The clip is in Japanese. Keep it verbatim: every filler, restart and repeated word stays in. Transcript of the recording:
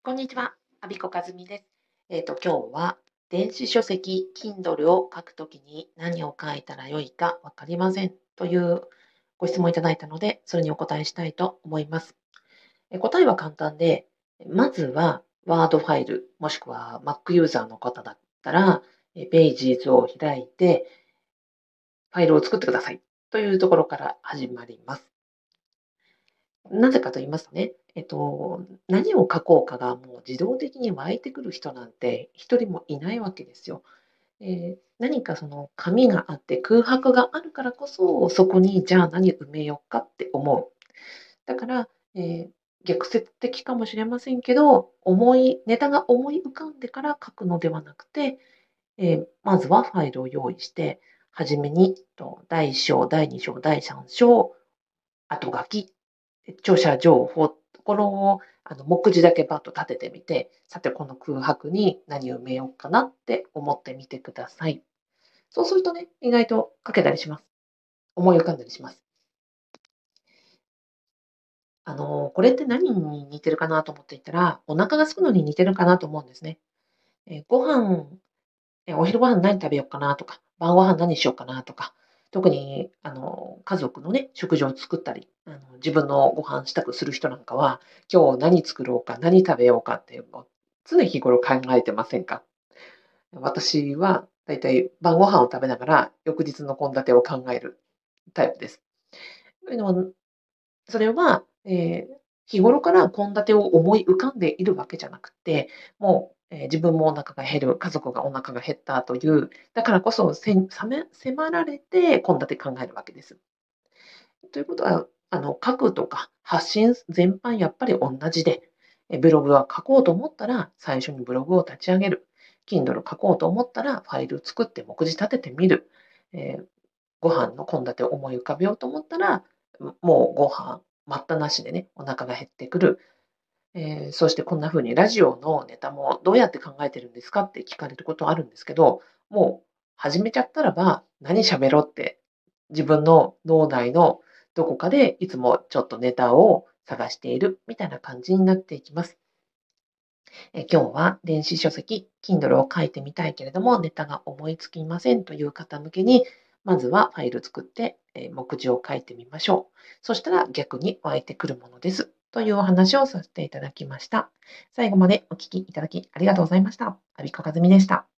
こんにちは、阿比子和美です。えっと、今日は電子書籍 Kindle を書くときに何を書いたらよいかわかりませんというご質問いただいたので、それにお答えしたいと思います。え答えは簡単で、まずは Word ファイル、もしくは Mac ユーザーの方だったら、え Pages を開いてファイルを作ってくださいというところから始まります。なぜかと言いますとね、えっと、何を書こうかがもう自動的に湧いてくる人なんて一人もいないわけですよ。えー何かその紙があって空白があるからこそ、そこにじゃあ何埋めようかって思う。だから、えー逆説的かもしれませんけど、思い、ネタが思い浮かんでから書くのではなくて、えーまずはファイルを用意して、はじめにとだいいっ章、だいに章、だいさん章、後書き、著者情報、これをあの目次だけバッと立ててみて、さてこの空白に何を埋めようかなって思ってみてください。そうするとね、意外と書けたりします。思い浮かんだりします。あの、これって何に似てるかなと思っていたら、お腹が空くのに似てるかなと思うんですね。えーご飯え、お昼ご飯何食べようかなとか、晩ご飯何しようかなとか、特に、あの、家族のね、食事を作ったり、あの、自分のご飯支度する人なんかは、今日何作ろうか、何食べようかっていうのを常日頃考えてませんか？私はだいたい晩ご飯を食べながら、翌日の献立を考えるタイプです。というのは、それは、えー日頃から献立を思い浮かんでいるわけじゃなくて、もう、えー自分もお腹が減る、家族がお腹が減ったという、だからこそせんさめ迫られて献立考えるわけです。ということは、あの書くとか発信全般やっぱり同じで、えブログは書こうと思ったら最初にブログを立ち上げる。Kindle 書こうと思ったらファイル作って目次立ててみる。えーご飯の献立を思い浮かべようと思ったら、もうご飯待ったなしでね、お腹が減ってくる。えーそしてこんな風にラジオのネタもどうやって考えてるんですかって聞かれることあるんですけど、もう始めちゃったらば何喋ろうって自分の脳内のどこかでいつもちょっとネタを探しているみたいな感じになっていきます。えー今日は電子書籍 Kindle を書いてみたいけれどもネタが思いつきませんという方向けに、まずはファイル作ってえー目次を書いてみましょう。そしたら逆に湧いてくるものです。というお話をさせていただきました。最後までお聞きいただきありがとうございました。アビコカズミでした。